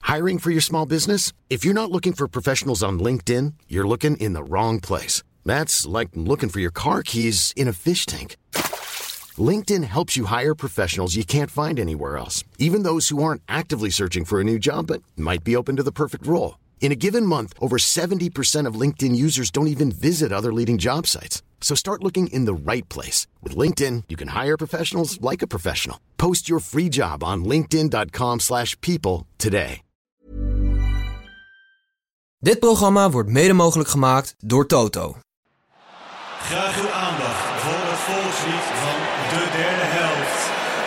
Hiring for your small business? If you're not looking for professionals on LinkedIn, you're looking in the wrong place. That's like looking for your car keys in a fish tank. LinkedIn helps you hire professionals you can't find anywhere else, even those who aren't actively searching for a new job but might be open to the perfect role. In a given month, over 70% of LinkedIn users don't even visit other leading job sites. So start looking in the right place. With LinkedIn, you can hire professionals like a professional. Post your free job on linkedin.com/people today. Dit programma wordt mede mogelijk gemaakt door Toto. Graag uw aandacht voor het volkslied van de derde helft.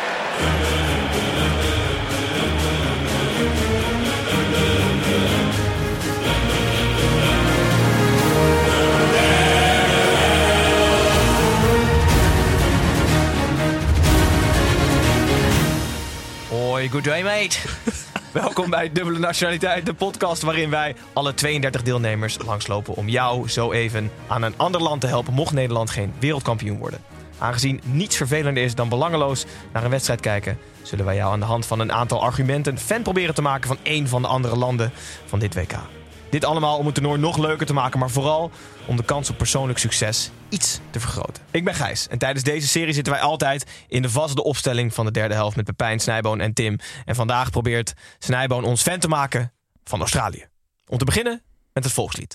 Hoi, good day mate. Welkom bij Dubbele Nationaliteit, de podcast waarin wij alle 32 deelnemers langslopen om jou zo even aan een ander land te helpen mocht Nederland geen wereldkampioen worden. Aangezien niets vervelender is dan belangeloos naar een wedstrijd kijken, zullen wij jou aan de hand van een aantal argumenten fan proberen te maken van één van de andere landen van dit WK. Dit allemaal om het toernooi nog leuker te maken, maar vooral om de kans op persoonlijk succes iets te vergroten. Ik ben Gijs en tijdens deze serie zitten wij altijd in de vaste opstelling van de derde helft met Pepijn, Snijboon en Tim. En vandaag probeert Snijboon ons fan te maken van Australië. Om te beginnen met het volkslied.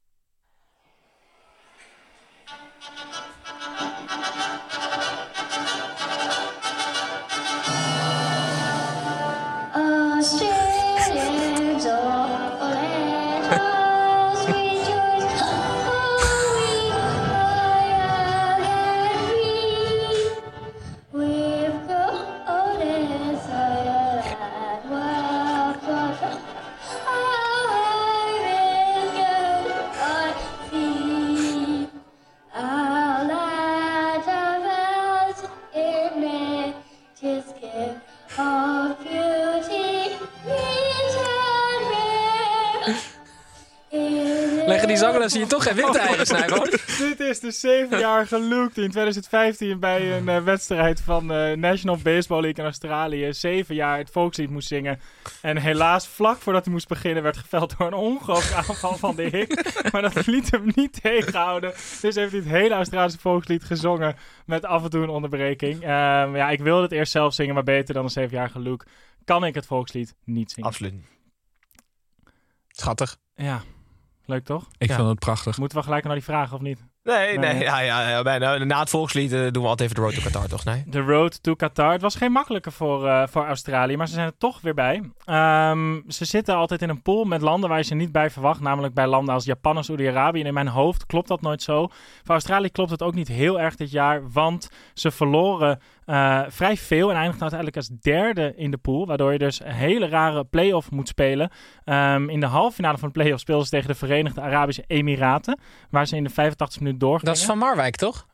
Leggen die zangeres hier toch geen windeieren, Snijboon? Dit is de 7-jarige Luke die in 2015 bij een wedstrijd van National Baseball League in Australië 7 jaar het volkslied moest zingen. En helaas vlak voordat hij moest beginnen werd geveld door een ongelooflijke aanval van de hik. Maar dat liet hem niet tegenhouden. Dus heeft hij het hele Australische volkslied gezongen met af en toe een onderbreking. Ja, ik wilde het eerst zelf zingen, maar beter dan een 7-jarige Luke kan ik het volkslied niet zingen. Absoluut niet. Schattig. Ja. Leuk toch? Ik vind het prachtig. Moeten we gelijk naar die vragen of niet? Nee. Na het volkslied doen we altijd even de Road to Qatar, toch? Nee? De Road to Qatar. Het was geen makkelijke voor Australië, maar ze zijn er toch weer bij. Ze zitten altijd in een pool met landen waar je ze niet bij verwacht. Namelijk bij landen als Japan en Saudi-Arabië. En in mijn hoofd klopt dat nooit zo. Voor Australië klopt het ook niet heel erg dit jaar, want ze verloren vrij veel en eindigden uiteindelijk als derde in de pool. Waardoor je dus een hele rare play-off moet spelen. In de halve finale van de play-off speelden ze tegen de Verenigde Arabische Emiraten. Waar ze in de 85 minuten doorgingen. Dat is van Marwijk, toch?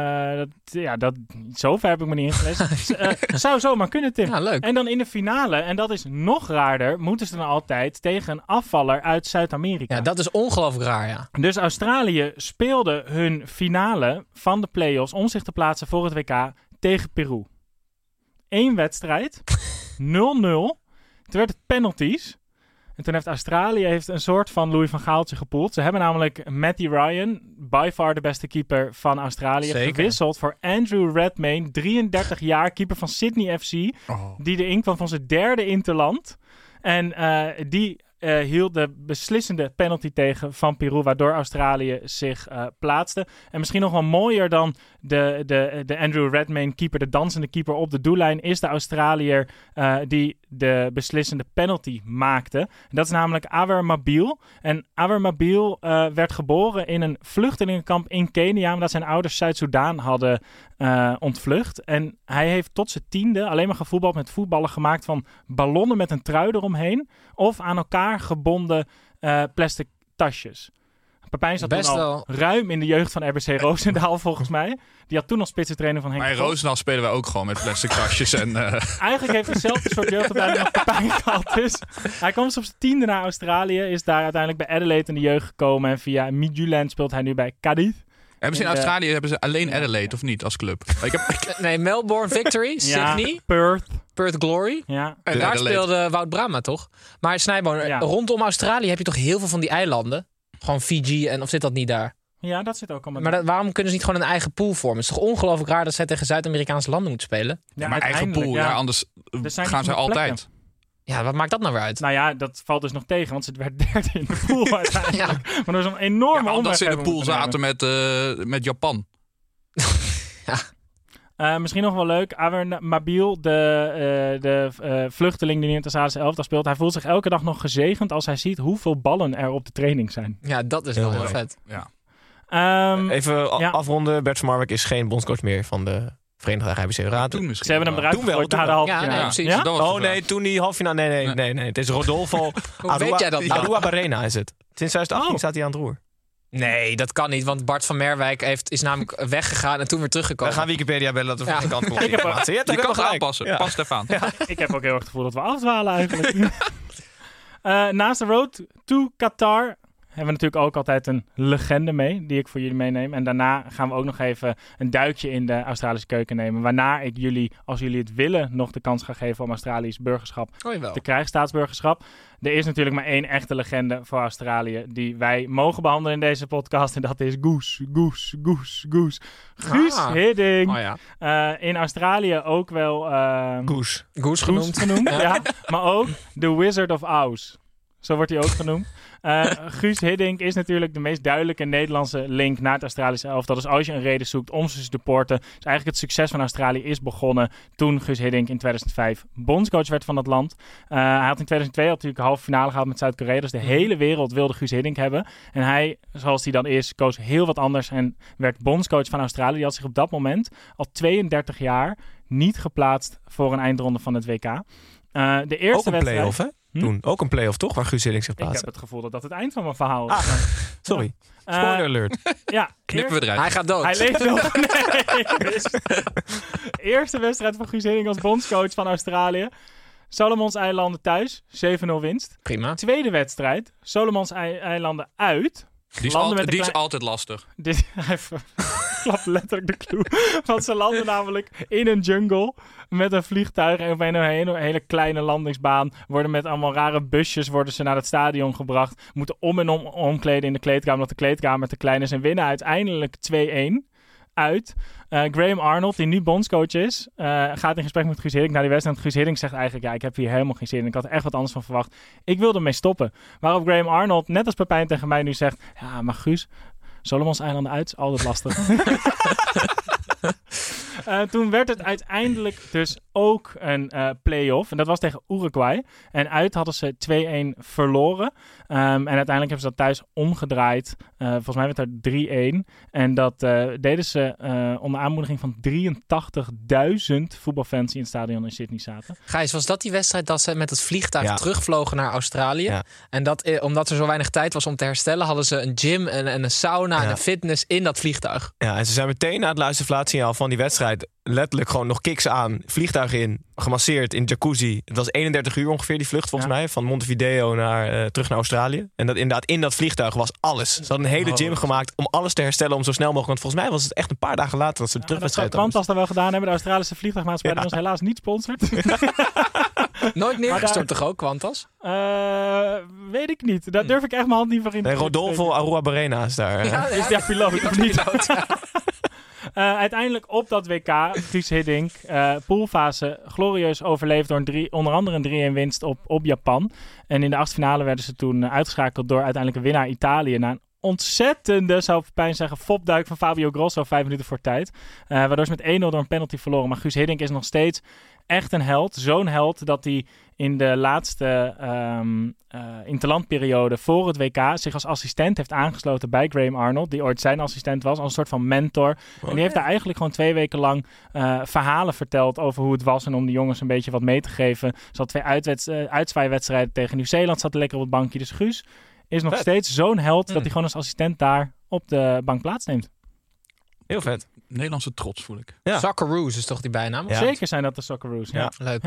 Zover heb ik me niet ingelezen. Zou zomaar kunnen, Tim. Ja, leuk. En dan in de finale, en dat is nog raarder, moeten ze dan altijd tegen een afvaller uit Zuid-Amerika. Ja, dat is ongelooflijk raar, ja. Dus Australië speelde hun finale van de play-offs om zich te plaatsen voor het WK tegen Peru. 1 wedstrijd, 0-0. Toen werd het penalties. En toen heeft Australië een soort van Louis van Gaaltje gepoeld. Ze hebben namelijk Matty Ryan, by far de beste keeper van Australië, gewisseld voor Andrew Redmayne, 33 jaar, keeper van Sydney FC, die erin kwam van zijn derde interland. En die hield de beslissende penalty tegen van Peru, waardoor Australië zich plaatste. En misschien nog wel mooier dan de Andrew Redmayne keeper, de dansende keeper op de doellijn, is de Australiër die de beslissende penalty maakte. En dat is namelijk Awer Mabil. En Awer Mabil werd geboren in een vluchtelingenkamp in Kenia, omdat zijn ouders Zuid-Soedan hadden ontvlucht. En hij heeft tot zijn 10e alleen maar gevoetbald met voetballen gemaakt van ballonnen met een trui eromheen of aan elkaar gebonden plastic tasjes. Pepijn zat Best toen al wel. ruim in de jeugd van RBC Roosendaal volgens mij. Die had toen al spitsentrainer van Henk Bij Grol. Roosendaal spelen wij ook gewoon met plastic tasjes. En, Eigenlijk heeft hij hetzelfde soort jeugdopleiding als Pepijn gehad. Dus hij kwam dus op zijn 10e naar Australië. Is daar uiteindelijk bij Adelaide in de jeugd gekomen. En via Midtjylland speelt hij nu bij Cadiz Hebben ze in Australië alleen Adelaide of niet als club? Nee, Melbourne Victory, Sydney, Perth Glory. Ja. En daar speelde Wout Brama, toch? Maar Snijboon, rondom Australië heb je toch heel veel van die eilanden? Gewoon Fiji of zit dat niet daar? Ja, dat zit ook allemaal. Maar waarom kunnen ze niet gewoon een eigen pool vormen? Het is toch ongelooflijk raar dat zij tegen Zuid-Amerikaanse landen moeten spelen? Ja, maar eigen pool, anders gaan ze altijd. Ja, wat maakt dat nou weer uit? Nou ja, dat valt dus nog tegen, want ze werd derde in de pool uiteindelijk. Maar er is een enorme omweg. Omdat ze in de pool zaten met Japan. Misschien nog wel leuk. Awer Mabil, de vluchteling die nu in het Australische elftal speelt. Hij voelt zich elke dag nog gezegend als hij ziet hoeveel ballen er op de training zijn. Ja, dat is wel heel vet. Ja. Even afronden. Bert van Marwijk is geen bondscoach meer van de Verenigde Arabische Emiraten. Ze hebben hem eruit gegooid na de halffinale. Precies. Ja? Toen die halffinale. Nee. Het is Rodolfo weet jij dat? Arruabarrena is het. Sinds 2018 staat hij aan het roer. Nee, dat kan niet, want Bart van Merwijk is namelijk weggegaan en toen weer teruggekomen. We gaan Wikipedia bellen dat we van de kant komen. Je kan het aanpassen. Ja. Pas Stefan. Ja. Ik heb ook heel erg het gevoel dat we afdwalen eigenlijk. Naast de road to Qatar hebben we natuurlijk ook altijd een legende mee, die ik voor jullie meeneem. En daarna gaan we ook nog even een duikje in de Australische keuken nemen. Waarna ik jullie, als jullie het willen, nog de kans ga geven om Australisch burgerschap te krijgen, staatsburgerschap. Er is natuurlijk maar één echte legende voor Australië die wij mogen behandelen in deze podcast. En dat is Goose. Guus Hiddink. Oh ja. In Australië ook wel Goose genoemd. Ja. Maar ook The Wizard of Oz. Zo wordt hij ook genoemd. Guus Hiddink is natuurlijk de meest duidelijke Nederlandse link naar het Australische elftal. Dus als je een reden zoekt om ze te supporten, is eigenlijk het succes van Australië is begonnen toen Guus Hiddink in 2005 bondscoach werd van het land. Hij had in 2002 natuurlijk de halve finale gehad met Zuid-Korea. Dus de hele wereld wilde Guus Hiddink hebben. En hij, zoals hij dan is, koos heel wat anders en werd bondscoach van Australië. Die had zich op dat moment al 32 jaar niet geplaatst voor een eindronde van het WK. De eerste ook een play-off, hè? Toen ook een play-off, toch? Waar Guus Hiddink zich plaatste. Ik heb het gevoel dat dat het eind van mijn verhaal is. Sorry. Spoiler alert. Ja, knippen we eruit. Hij gaat dood. Hij leeft nog. Nee. Eerste wedstrijd van Guus Hiddink als bondscoach van Australië. Solomons Eilanden thuis, 7-0 winst. Prima. Tweede wedstrijd, Solomons Eilanden uit. Die is altijd lastig. Hij klapt letterlijk de clue. Want ze landen namelijk in een jungle met een vliegtuig en op een hele kleine landingsbaan. Worden met allemaal rare busjes naar het stadion gebracht. Moeten om en om omkleden in de kleedkamer, omdat de kleedkamer te klein is. En winnen uiteindelijk 2-1 uit. Graham Arnold, die nu bondscoach is, gaat in gesprek met Guus Hiddink naar die wedstrijd. Guus Hiddink zegt eigenlijk, ja, ik heb hier helemaal geen zin in. Ik had er echt wat anders van verwacht. Ik wilde ermee stoppen. Waarop Graham Arnold, net als Pepijn tegen mij nu zegt, ja, maar Guus, Solomons Eilanden uit is altijd lastig. Toen werd het uiteindelijk dus ook een play-off. En dat was tegen Uruguay. En uit hadden ze 2-1 verloren. En uiteindelijk hebben ze dat thuis omgedraaid. Volgens mij werd er 3-1. En dat deden ze onder aanmoediging van 83.000 voetbalfans die in het stadion in Sydney zaten. Gijs, was dat die wedstrijd dat ze met het vliegtuig terugvlogen naar Australië? Ja. En dat, omdat er zo weinig tijd was om te herstellen, hadden ze een gym en een sauna en een fitness in dat vliegtuig. Ja, en ze zijn meteen na het luisterfluitsignaal van die wedstrijd letterlijk gewoon nog kicks aan, vliegtuig in, gemasseerd in jacuzzi. Het was 31 uur ongeveer die vlucht volgens mij, van Montevideo terug naar Australië. En dat inderdaad in dat vliegtuig was alles. Ze hadden een hele gym gemaakt om alles te herstellen, om zo snel mogelijk. Want volgens mij was het echt een paar dagen later dat ze de terugwedstrijd hadden. Dat zou Qantas dan wel gedaan hebben. De Australische vliegtuigmaatschappij die ons helaas niet sponsort. Nooit neergestort toch ook, Qantas? Weet ik niet. Daar durf ik echt mijn hand niet voor in te steken. Rodolfo Arruabarena is daar. Is die piloot of niet? Uiteindelijk op dat WK, Guus Hiddink, poolfase glorieus overleefd door onder andere een 3-1 winst op Japan. En in de achtfinale werden ze toen uitgeschakeld door uiteindelijk een winnaar Italië na een ontzettende, zou Pijn zeggen, fopduik van Fabio Grosso 5 minuten voor tijd. Waardoor ze met 1-0 door een penalty verloren. Maar Guus Hiddink is nog steeds echt een held. Zo'n held dat hij in de laatste interlandperiode voor het WK zich als assistent heeft aangesloten bij Graham Arnold, die ooit zijn assistent was, als een soort van mentor. En die heeft daar eigenlijk gewoon 2 weken lang verhalen verteld over hoe het was en om de jongens een beetje wat mee te geven. Ze had 2 uitzwaaiwedstrijden tegen Nieuw-Zeeland, zat lekker op het bankje. Dus Guus is nog steeds zo'n held dat hij gewoon als assistent daar op de bank plaatsneemt. Heel vet. Nederlandse trots voel ik. Ja. Socceroos is toch die bijnaam? Ja. Zeker zijn dat de Socceroos. Ja. Leuk.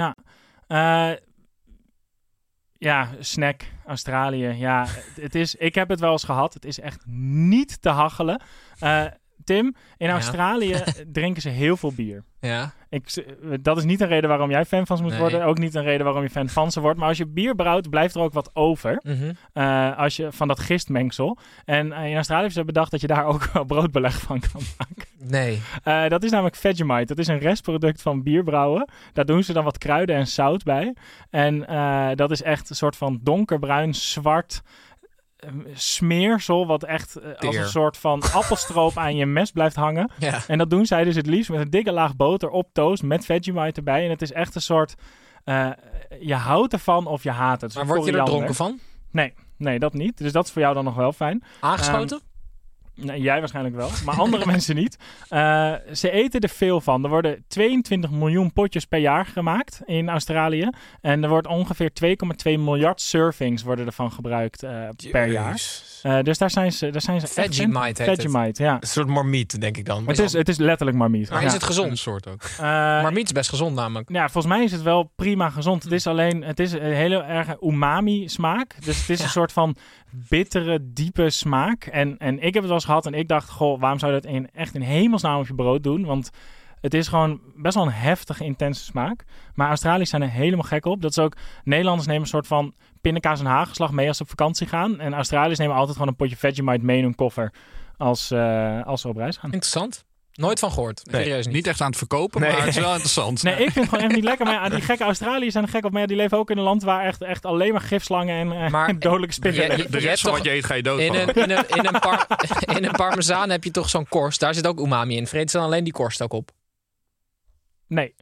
Ja. Snack, Australië. Ja, ik heb het wel eens gehad. Het is echt niet te hachelen. Tim, in Australië drinken ze heel veel bier. Ja. Dat is niet een reden waarom jij fan van ze moet worden. Ook niet een reden waarom je fan van ze wordt. Maar als je bier brouwt, blijft er ook wat over. Mm-hmm. Als je van dat gistmengsel. En in Australië hebben ze bedacht dat je daar ook wel broodbeleg van kan maken. Nee. Dat is namelijk Vegemite. Dat is een restproduct van bierbrouwen. Daar doen ze dan wat kruiden en zout bij. En dat is echt een soort van donkerbruin, zwart smeersel, wat echt als een soort van appelstroop aan je mes blijft hangen. Ja. En dat doen zij dus het liefst met een dikke laag boter op toast met Vegemite erbij. En het is echt een soort, je houdt ervan of je haat het. Maar word je er dronken van? Nee, dat niet. Dus dat is voor jou dan nog wel fijn. Aangeschoten? Nee, jij waarschijnlijk wel, maar andere mensen niet. Ze eten er veel van. Er worden 22 miljoen potjes per jaar gemaakt in Australië. En er wordt ongeveer 2,2 miljard servings worden ervan gebruikt per jaar. Dus daar zijn ze Vegemite heet Vegemite, ja. Een soort marmiet, denk ik dan. Het is letterlijk marmiet. Maar is het gezond? Een soort ook. Marmiet is best gezond namelijk. Ja, volgens mij is het wel prima gezond. Het is een hele erg umami smaak. Dus het is een soort van bittere, diepe smaak. En ik heb het wel eens gehad en ik dacht, goh, waarom zou je dat echt in hemelsnaam op je brood doen? Want het is gewoon best wel een heftige, intense smaak. Maar Australiërs zijn er helemaal gek op. Dat is ook, Nederlanders nemen een soort van pindakaas en hagelslag mee als ze op vakantie gaan. En Australiërs nemen altijd gewoon een potje Vegemite mee in hun koffer als ze op reis gaan. Interessant. Nooit van gehoord. Nee, serieus niet echt aan het verkopen, maar het is wel interessant. Nee, ik vind het gewoon echt niet lekker. Maar die gekke Australiërs zijn er gek op. Maar die leven ook in een land waar echt alleen maar gifslangen en dodelijke spinnen. De rest van wat je eet ga je dood in een parmezaan heb je toch zo'n korst. Daar zit ook umami in. Vreet ze dan alleen die korst ook op? Nee.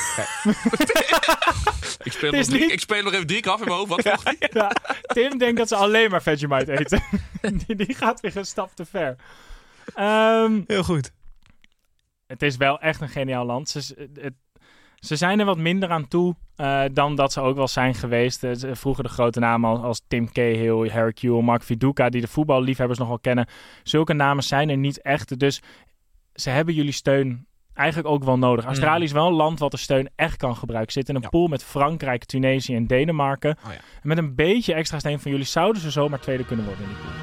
Ik speel nog even 3 keer af in mijn hoofd. Wat vroeg hij? Ja, Tim denkt dat ze alleen maar Vegemite eten. die gaat weer een stap te ver. Heel goed. Het is wel echt een geniaal land. Ze zijn er wat minder aan toe dan dat ze ook wel zijn geweest. Vroeger de grote namen als Tim Cahill, Harry Kewell, Mark Viduka, die de voetballiefhebbers nog wel kennen. Zulke namen zijn er niet echt. Dus ze hebben jullie steun eigenlijk ook wel nodig. Australië is wel een land wat de steun echt kan gebruiken. Zit in een pool met Frankrijk, Tunesië en Denemarken. Oh ja. En met een beetje extra steun van jullie zouden ze zomaar tweede kunnen worden in die pool.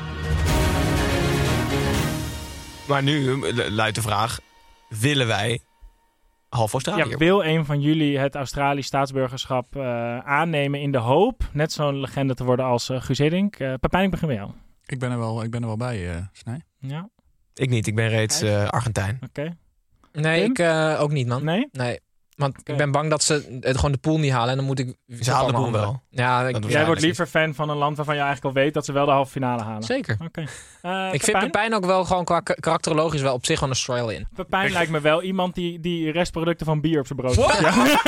Maar nu luidt de vraag, willen wij half Australië? Ja, wil een van jullie het Australisch staatsburgerschap aannemen in de hoop net zo'n legende te worden als Guus Hiddink? Pepijn, ik begin bij jou. Ik ben er wel bij, Snij. Ja. Ik niet, ik ben reeds Argentijn. Oké. Nee, ik ook niet, man. Nee? Want ik ben bang dat ze gewoon de pool niet halen en dan moet ik... Ze halen de pool wel. Ja, jij wordt liever fan van een land waarvan je eigenlijk al weet dat ze wel de halve finale halen. Zeker. Okay. Ik vind Pepijn ook wel gewoon qua karakterologisch wel op zich gewoon een Australian. Pepijn lijkt me wel iemand die restproducten van bier op zijn brood heeft. Ja.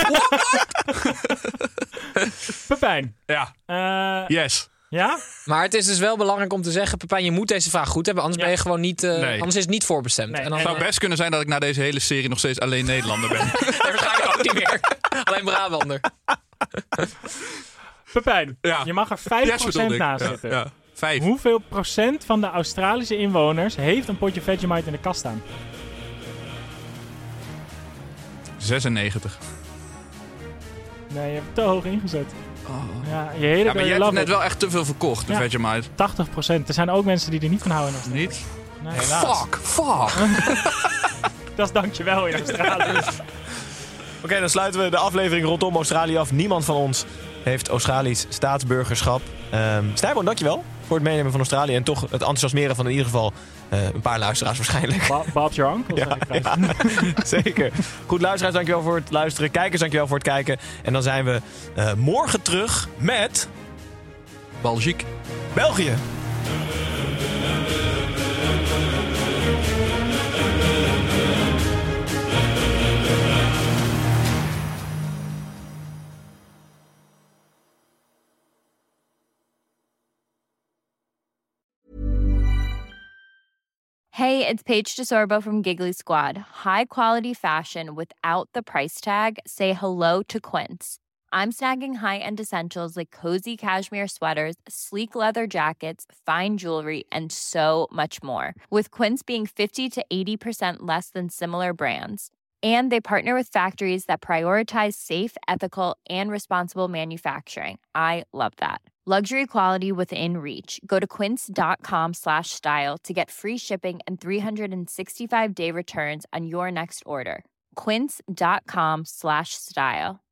Pepijn. Ja. Yes. Ja? Maar het is dus wel belangrijk om te zeggen, Pepijn, je moet deze vraag goed hebben, anders ben je gewoon niet, anders is het niet voorbestemd. Nee. En dan zou best kunnen zijn dat ik na deze hele serie nog steeds alleen Nederlander ben. Waarschijnlijk ook niet meer. Alleen Brabander. Pepijn, je mag er 5% naast zitten. Ja. 5. Hoeveel procent van de Australische inwoners heeft een potje Vegemite in de kast staan? 96. Nee, je hebt te hoog ingezet. Oh. Ja, maar je hebt net wel echt te veel verkocht, de Vegemite. 80%. Er zijn ook mensen die er niet van houden. Niet? Nee, fuck. Dat is dankjewel in Australië. Oké, dan sluiten we de aflevering rondom Australië af. Niemand van ons heeft Australisch staatsburgerschap. Stijbon, dankjewel voor het meenemen van Australië. En toch het enthousiasmeren van in ieder geval een paar luisteraars waarschijnlijk. Bob's your uncle, ja, zeker. Goed, luisteraars, dankjewel voor het luisteren. Kijkers, dankjewel voor het kijken. En dan zijn we morgen terug met... België. Hey, it's Paige DeSorbo from Giggly Squad. High quality fashion without the price tag. Say hello to Quince. I'm snagging high-end essentials like cozy cashmere sweaters, sleek leather jackets, fine jewelry, and so much more. With Quince being 50 to 80% less than similar brands. And they partner with factories that prioritize safe, ethical, and responsible manufacturing. I love that. Luxury quality within reach. Go to quince.com/style to get free shipping and 365-day returns on your next order. Quince.com/style.